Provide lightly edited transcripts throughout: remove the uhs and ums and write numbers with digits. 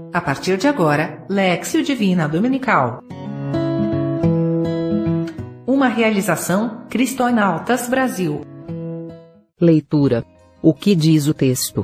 A partir de agora, Léxio Divina Dominical. Uma realização Cristonautas Brasil. Leitura. O que diz o texto?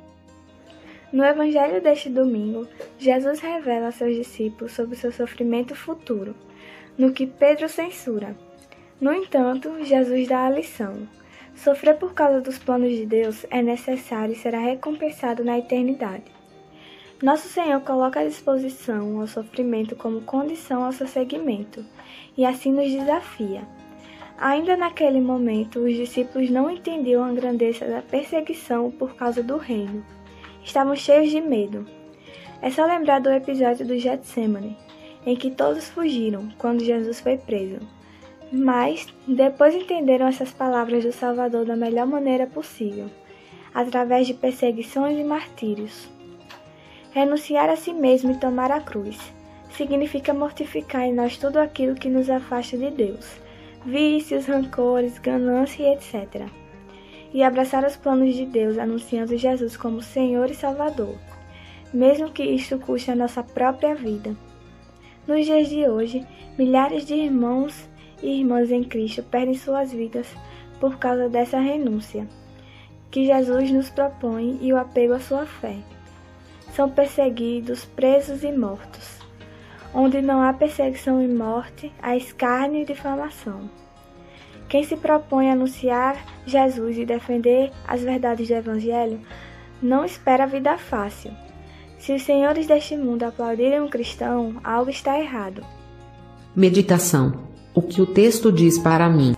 No Evangelho deste domingo, Jesus revela a seus discípulos sobre seu sofrimento futuro, no que Pedro censura. No entanto, Jesus dá a lição. Sofrer por causa dos planos de Deus é necessário e será recompensado na eternidade. Nosso Senhor coloca à disposição o sofrimento como condição ao seu seguimento, e assim nos desafia. Ainda naquele momento, os discípulos não entendiam a grandeza da perseguição por causa do reino. Estavam cheios de medo. É só lembrar do episódio do Getsemane, em que todos fugiram quando Jesus foi preso. Mas, depois entenderam essas palavras do Salvador da melhor maneira possível, através de perseguições e martírios. Renunciar a si mesmo e tomar a cruz significa mortificar em nós tudo aquilo que nos afasta de Deus, vícios, rancores, ganância e etc. E abraçar os planos de Deus anunciando Jesus como Senhor e Salvador, mesmo que isto custe a nossa própria vida. Nos dias de hoje, milhares de irmãos e irmãs em Cristo perdem suas vidas por causa dessa renúncia que Jesus nos propõe e o apego à sua fé. São perseguidos, presos e mortos. Onde não há perseguição e morte, há escárnio e difamação. Quem se propõe a anunciar Jesus e defender as verdades do Evangelho não espera a vida fácil. Se os senhores deste mundo aplaudirem um cristão, algo está errado. Meditação. O que o texto diz para mim?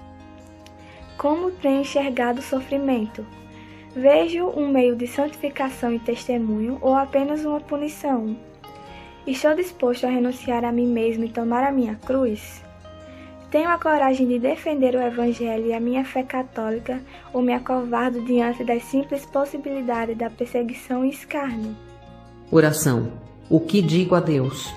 Como tenho enxergado o sofrimento? Vejo um meio de santificação e testemunho ou apenas uma punição? Estou disposto a renunciar a mim mesmo e tomar a minha cruz? Tenho a coragem de defender o Evangelho e a minha fé católica ou me acovardo diante das simples possibilidades da perseguição e escárnio? Oração. O que digo a Deus?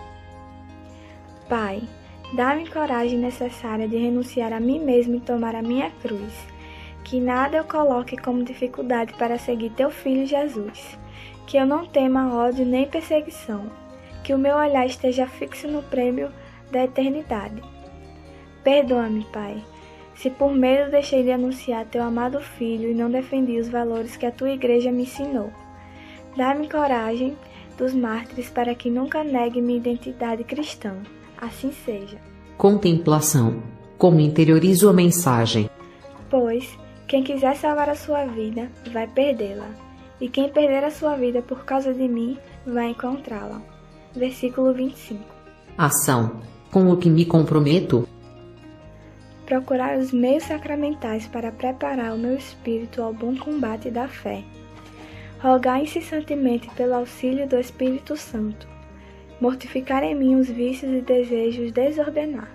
Pai, dá-me coragem necessária de renunciar a mim mesmo e tomar a minha cruz. Que nada eu coloque como dificuldade para seguir teu Filho Jesus. Que eu não tema ódio nem perseguição. Que o meu olhar esteja fixo no prêmio da eternidade. Perdoa-me, Pai, se por medo deixei de anunciar teu amado Filho e não defendi os valores que a tua igreja me ensinou. Dá-me coragem dos mártires para que nunca negue minha identidade cristã. Assim seja. Contemplação. Como interiorizo a mensagem? Pois, quem quiser salvar a sua vida, vai perdê-la. E quem perder a sua vida por causa de mim, vai encontrá-la. Versículo 25. Ação. Com o que me comprometo? Procurar os meios sacramentais para preparar o meu espírito ao bom combate da fé. Rogar incessantemente pelo auxílio do Espírito Santo. Mortificar em mim os vícios e desejos desordenados.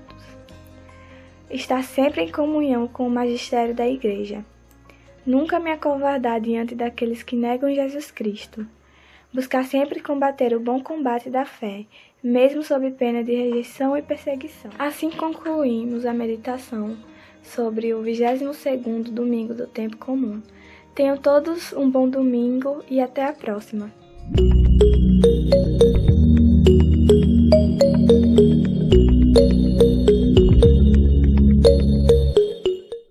Estar sempre em comunhão com o magistério da Igreja. Nunca me acovardar diante daqueles que negam Jesus Cristo. Buscar sempre combater o bom combate da fé, mesmo sob pena de rejeição e perseguição. Assim concluímos a meditação sobre o 22º domingo do tempo comum. Tenham todos um bom domingo e até a próxima.